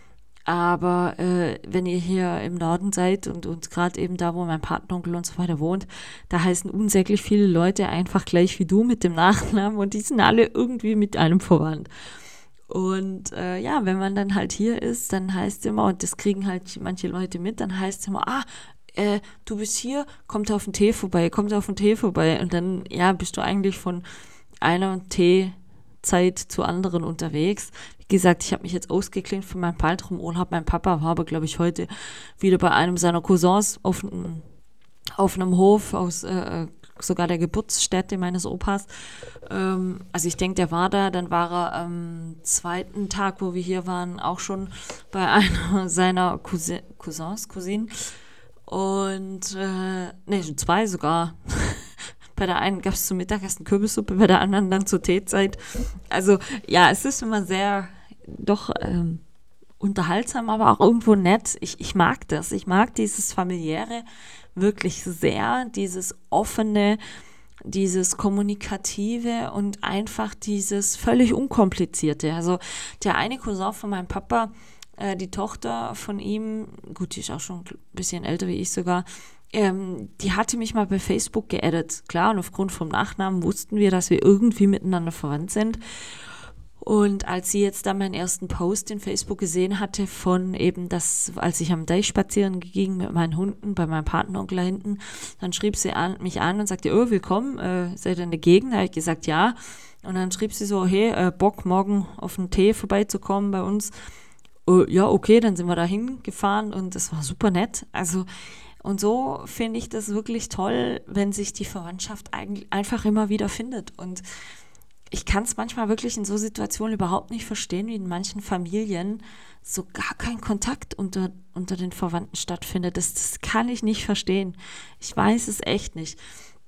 Aber äh, wenn ihr hier im Norden seid und, und gerade eben da, wo mein Patenonkel und so weiter wohnt, da heißen unsäglich viele Leute einfach gleich wie du mit dem Nachnamen und die sind alle irgendwie mit einem verwandt. Und äh, ja, wenn man dann halt hier ist, dann heißt es immer, und das kriegen halt manche Leute mit, dann heißt es immer, ah, äh, du bist hier, kommt auf den Tee vorbei, kommt auf den Tee vorbei. Und dann, ja, bist du eigentlich von einer Teezeit zu anderen unterwegs. Wie gesagt, ich habe mich jetzt ausgeklinkt von meinem Baltrum-Urlaub. Mein Papa war aber, glaube ich, heute wieder bei einem seiner Cousins auf, auf einem Hof aus äh, sogar der Geburtsstätte meines Opas. Ähm, also ich denke, der war da. Dann war er am zweiten Tag, wo wir hier waren, auch schon bei einer seiner Cousin, Cousins, Cousinen. Und, äh, ne, zwei sogar. Bei der einen gab es zum Mittagessen Kürbissuppe, bei der anderen dann zur Teezeit. Also, ja, es ist immer sehr, doch ähm, unterhaltsam, aber auch irgendwo nett. Ich, ich mag das. Ich mag dieses Familiäre wirklich sehr, dieses Offene, dieses Kommunikative und einfach dieses völlig Unkomplizierte. Also, der eine Cousin von meinem Papa, die Tochter von ihm, gut, die ist auch schon ein bisschen älter wie ich sogar, ähm, die hatte mich mal bei Facebook geaddet. Klar, und aufgrund vom Nachnamen wussten wir, dass wir irgendwie miteinander verwandt sind. Und als sie jetzt dann meinen ersten Post in Facebook gesehen hatte von eben das, als ich am Deich spazieren ging mit meinen Hunden, bei meinem Patenonkel da hinten, dann schrieb sie an, mich an und sagte, oh, willkommen, äh, seid ihr in der Gegend? Da habe ich gesagt, ja. Und dann schrieb sie so, hey, äh, Bock, morgen auf einen Tee vorbeizukommen bei uns. Uh, ja, okay, dann sind wir da hingefahren und das war super nett. Also, Und so finde ich das wirklich toll, wenn sich die Verwandtschaft eigentlich einfach immer wieder findet. Und ich kann es manchmal wirklich in so Situationen überhaupt nicht verstehen, wie in manchen Familien so gar kein Kontakt unter, unter den Verwandten stattfindet. Das, das kann ich nicht verstehen. Ich weiß es echt nicht.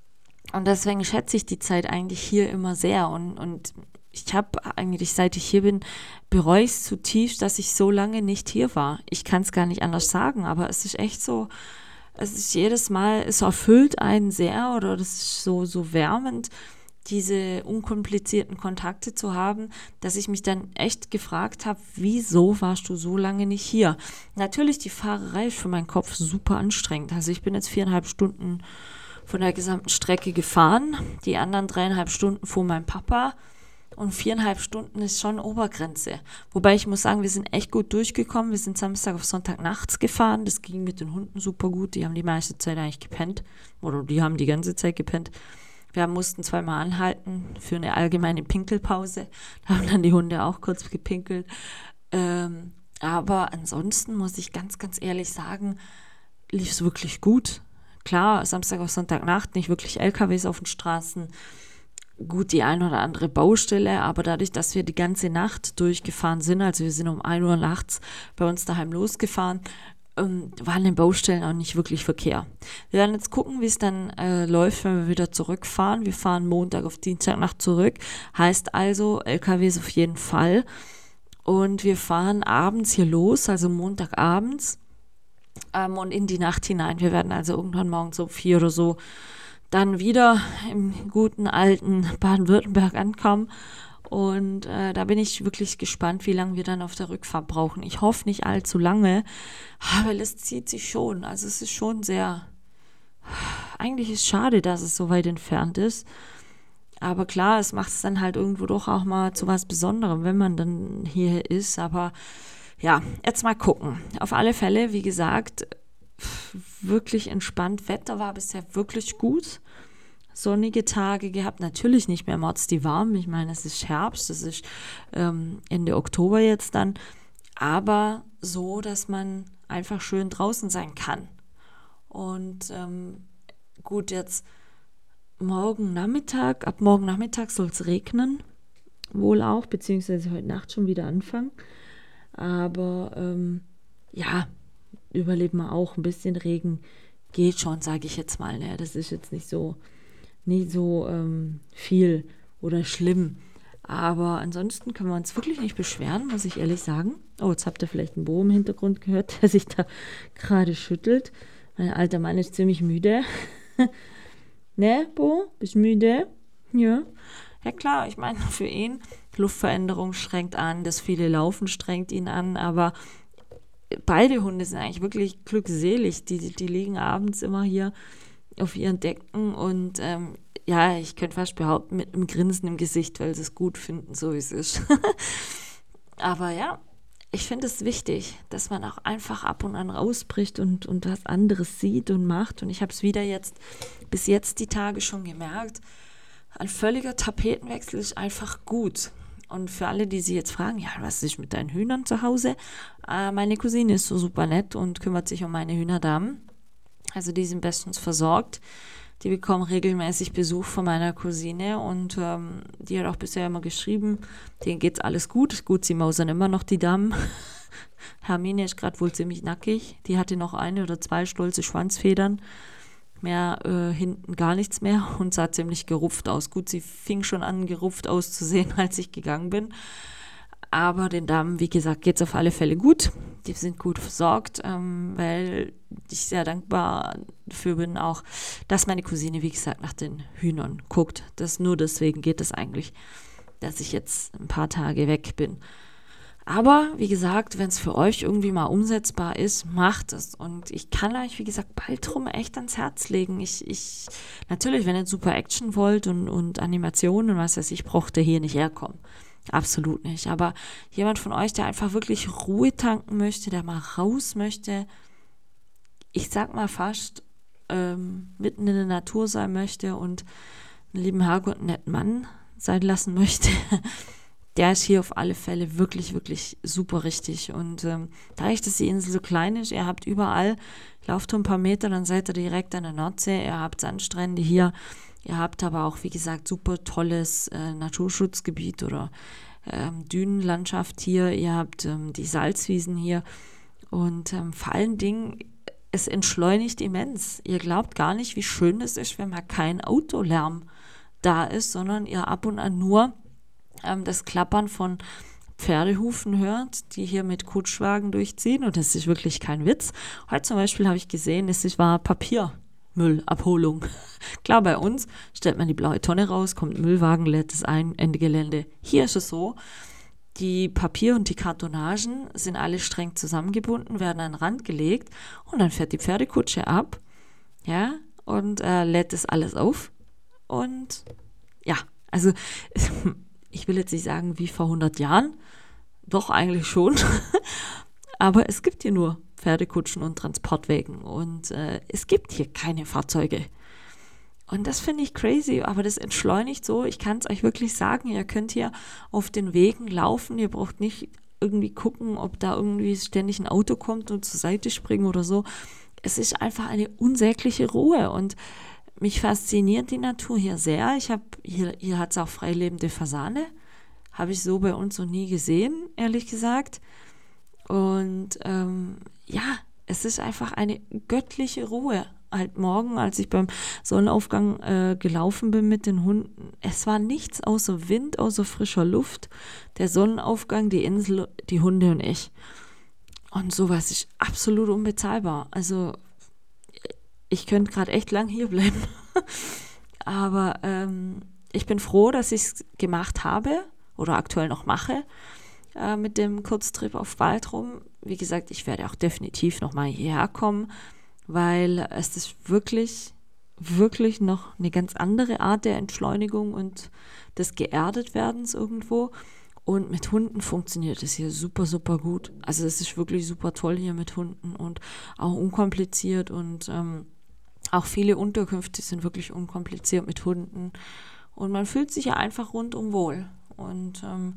Und deswegen schätze ich die Zeit eigentlich hier immer sehr. Und, und ich habe eigentlich, seit ich hier bin, bereue ich es zutiefst, dass ich so lange nicht hier war. Ich kann es gar nicht anders sagen, aber es ist echt so, es ist jedes Mal, es erfüllt einen sehr oder das ist so, so wärmend, diese unkomplizierten Kontakte zu haben, dass ich mich dann echt gefragt habe, wieso warst du so lange nicht hier? Natürlich, die Fahrerei ist für meinen Kopf super anstrengend. Also ich bin jetzt viereinhalb Stunden von der gesamten Strecke gefahren. Die anderen dreieinhalb Stunden fuhr mein Papa. Und viereinhalb Stunden ist schon Obergrenze. Wobei ich muss sagen, wir sind echt gut durchgekommen. Wir sind Samstag auf Sonntag nachts gefahren. Das ging mit den Hunden super gut. Die haben die meiste Zeit eigentlich gepennt. Oder die haben die ganze Zeit gepennt. Wir mussten zweimal anhalten für eine allgemeine Pinkelpause. Da haben dann die Hunde auch kurz gepinkelt. Ähm, aber ansonsten muss ich ganz, ganz ehrlich sagen, lief es wirklich gut. Klar, Samstag auf Sonntagnacht nicht wirklich L K Ws auf den Straßen. Gut, die ein oder andere Baustelle, aber dadurch, dass wir die ganze Nacht durchgefahren sind, also wir sind um ein Uhr nachts bei uns daheim losgefahren, ähm, waren in Baustellen auch nicht wirklich Verkehr. Wir werden jetzt gucken, wie es dann äh, läuft, wenn wir wieder zurückfahren. Wir fahren Montag auf Dienstagnacht zurück, heißt also L K Ws auf jeden Fall. Und wir fahren abends hier los, also Montagabends ähm, und in die Nacht hinein. Wir werden also irgendwann morgens um vier oder so dann wieder im guten alten Baden-Württemberg ankommen. Und äh, da bin ich wirklich gespannt, wie lange wir dann auf der Rückfahrt brauchen. Ich hoffe nicht allzu lange, weil es zieht sich schon. Also es ist schon sehr, eigentlich ist es schade, dass es so weit entfernt ist. Aber klar, es macht es dann halt irgendwo doch auch mal zu was Besonderem, wenn man dann hier ist. Aber ja, jetzt mal gucken. Auf alle Fälle, wie gesagt, wirklich entspannt. Wetter war bisher wirklich gut. Sonnige Tage gehabt. Natürlich nicht mehr mordsdi warm. Ich meine, es ist Herbst, es ist ähm, Ende Oktober jetzt dann. Aber so, dass man einfach schön draußen sein kann. Und ähm, gut, jetzt morgen Nachmittag, ab morgen Nachmittag soll es regnen. Wohl auch, beziehungsweise heute Nacht schon wieder anfangen. Aber ähm, ja, überleben wir auch. Ein bisschen Regen geht schon, sage ich jetzt mal. Ne? Das ist jetzt nicht so, nicht so ähm, viel oder schlimm. Aber ansonsten können wir uns wirklich nicht beschweren, muss ich ehrlich sagen. Oh, jetzt habt ihr vielleicht einen Bo im Hintergrund gehört, der sich da gerade schüttelt. Mein alter Mann ist ziemlich müde. Ne, Bo? Bist du müde? Ja. Ja klar, ich meine, für ihn, Luftveränderung schränkt an, das viele Laufen strengt ihn an, aber beide Hunde sind eigentlich wirklich glückselig. Die, die liegen abends immer hier auf ihren Decken und ähm, ja, ich könnte fast behaupten, mit einem Grinsen im Gesicht, weil sie es gut finden, so wie es ist. Aber ja, ich finde es wichtig, dass man auch einfach ab und an rausbricht und, und was anderes sieht und macht. Und ich habe es wieder jetzt, bis jetzt die Tage schon gemerkt, ein völliger Tapetenwechsel ist einfach gut. Und für alle, die sich jetzt fragen, ja, was ist mit deinen Hühnern zu Hause? Äh, meine Cousine ist so super nett und kümmert sich um meine Hühnerdamen. Also die sind bestens versorgt. Die bekommen regelmäßig Besuch von meiner Cousine und ähm, die hat auch bisher immer geschrieben, denen geht's alles gut. Gut, sie mausern immer noch die Damen. Hermine ist gerade wohl ziemlich nackig. Die hatte noch eine oder zwei stolze Schwanzfedern. Mehr äh, hinten gar nichts mehr und sah ziemlich gerupft aus. Gut, sie fing schon an, gerupft auszusehen, als ich gegangen bin. Aber den Damen, wie gesagt, geht es auf alle Fälle gut. Die sind gut versorgt, ähm, weil ich sehr dankbar dafür bin auch, dass meine Cousine, wie gesagt, nach den Hühnern guckt. Das nur deswegen geht es eigentlich, dass ich jetzt ein paar Tage weg bin. Aber wie gesagt, wenn es für euch irgendwie mal umsetzbar ist, macht es. Und ich kann euch, wie gesagt, bald drum echt ans Herz legen. Ich, ich, natürlich, wenn ihr super Action wollt und, und Animationen und was weiß ich, braucht ihr hier nicht herkommen. Absolut nicht. Aber jemand von euch, der einfach wirklich Ruhe tanken möchte, der mal raus möchte, ich sag mal fast, ähm, mitten in der Natur sein möchte und einen lieben Herrgott, einen netten Mann sein lassen möchte, der ist hier auf alle Fälle wirklich, wirklich super richtig. Und ähm, dadurch, dass die Insel so klein ist, ihr habt überall, lauft ein paar Meter, dann seid ihr direkt an der Nordsee, ihr habt Sandstrände hier, ihr habt aber auch, wie gesagt, super tolles äh, Naturschutzgebiet oder ähm, Dünenlandschaft hier, ihr habt ähm, die Salzwiesen hier und ähm, vor allen Dingen, es entschleunigt immens. Ihr glaubt gar nicht, wie schön es ist, wenn mal kein Autolärm da ist, sondern ihr ab und an nur ähm, das Klappern von Pferdehufen hört, die hier mit Kutschwagen durchziehen. Und das ist wirklich kein Witz. Heute zum Beispiel habe ich gesehen, es war Papiermüllabholung. Klar, bei uns stellt man die blaue Tonne raus, kommt ein Müllwagen, lädt es ein, Ende Gelände. Hier ist es so, die Papier- und die Kartonagen sind alle streng zusammengebunden, werden an den Rand gelegt und dann fährt die Pferdekutsche ab, ja, und äh, lädt das alles auf. Und ja, also ich will jetzt nicht sagen wie vor hundert Jahren, doch eigentlich schon, aber es gibt hier nur Pferdekutschen und Transportwägen und äh, es gibt hier keine Fahrzeuge. Und das finde ich crazy, aber das entschleunigt so, ich kann es euch wirklich sagen, ihr könnt hier auf den Wegen laufen, ihr braucht nicht irgendwie gucken, ob da irgendwie ständig ein Auto kommt und zur Seite springen oder so. Es ist einfach eine unsägliche Ruhe und mich fasziniert die Natur hier sehr. Ich habe, hier, hier hat es auch freilebende Fasane, habe ich so bei uns noch nie gesehen, ehrlich gesagt. Und ähm, ja, es ist einfach eine göttliche Ruhe. Halt morgen, als ich beim Sonnenaufgang äh, gelaufen bin mit den Hunden, es war nichts außer Wind, außer frischer Luft, der Sonnenaufgang, die Insel, die Hunde und ich. Und sowas ist absolut unbezahlbar. Also ich könnte gerade echt lang hier bleiben. Aber ähm, ich bin froh, dass ich es gemacht habe oder aktuell noch mache äh, mit dem Kurztrip auf Baltrum. Wie gesagt, ich werde auch definitiv nochmal hierher kommen, weil es ist wirklich, wirklich noch eine ganz andere Art der Entschleunigung und des Geerdetwerdens irgendwo. Und mit Hunden funktioniert es hier super, super gut. Also es ist wirklich super toll hier mit Hunden und auch unkompliziert und ähm, auch viele Unterkünfte sind wirklich unkompliziert mit Hunden. Und man fühlt sich ja einfach rundum wohl. Und ähm,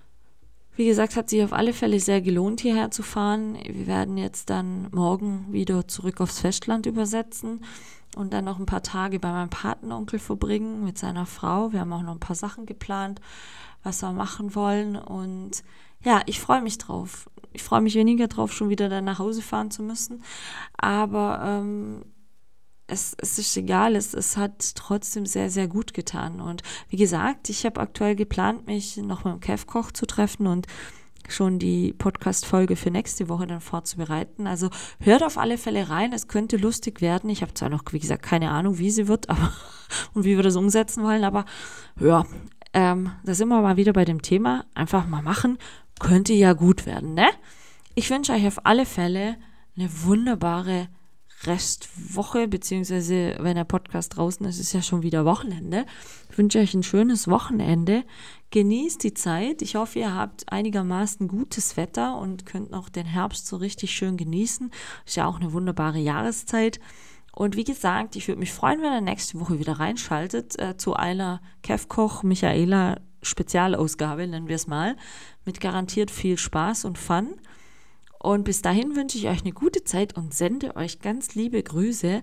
wie gesagt, hat sich auf alle Fälle sehr gelohnt, hierher zu fahren. Wir werden jetzt dann morgen wieder zurück aufs Festland übersetzen und dann noch ein paar Tage bei meinem Patenonkel verbringen mit seiner Frau. Wir haben auch noch ein paar Sachen geplant, was wir machen wollen. Und ja, ich freue mich drauf. Ich freue mich weniger drauf, schon wieder dann nach Hause fahren zu müssen. Aber ähm, Es, es ist egal, es, es hat trotzdem sehr, sehr gut getan. Und wie gesagt, ich habe aktuell geplant, mich noch mit dem Chefkoch zu treffen und schon die Podcast-Folge für nächste Woche dann vorzubereiten. Also hört auf alle Fälle rein, es könnte lustig werden. Ich habe zwar noch, wie gesagt, keine Ahnung, wie sie wird aber und wie wir das umsetzen wollen, aber ja, ähm, da sind wir mal wieder bei dem Thema. Einfach mal machen, könnte ja gut werden, ne? Ich wünsche euch auf alle Fälle eine wunderbare Restwoche, beziehungsweise wenn der Podcast draußen ist, ist ja schon wieder Wochenende. Ich wünsche euch ein schönes Wochenende. Genießt die Zeit. Ich hoffe, ihr habt einigermaßen gutes Wetter und könnt noch den Herbst so richtig schön genießen. Ist ja auch eine wunderbare Jahreszeit. Und wie gesagt, ich würde mich freuen, wenn ihr nächste Woche wieder reinschaltet äh, zu einer Chefkoch Michaela Spezialausgabe, nennen wir es mal, mit garantiert viel Spaß und Fun. Und bis dahin wünsche ich euch eine gute Zeit und sende euch ganz liebe Grüße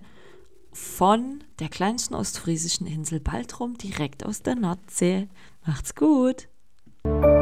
von der kleinsten ostfriesischen Insel Baltrum, direkt aus der Nordsee. Macht's gut!